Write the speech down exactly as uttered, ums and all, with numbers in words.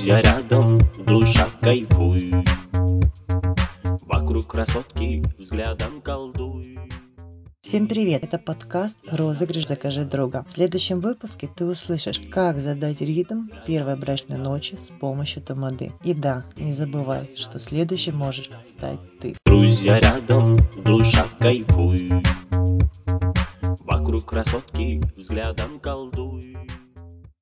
Друзья рядом, душа кайфуй. Вокруг красотки взглядом колдуй. Всем привет! Это подкаст «Розыгрыш Закажи друга». В следующем выпуске ты услышишь, как задать ритм первой брачной ночи с помощью тамады. И да, не забывай, что следующим можешь стать ты. Друзья рядом,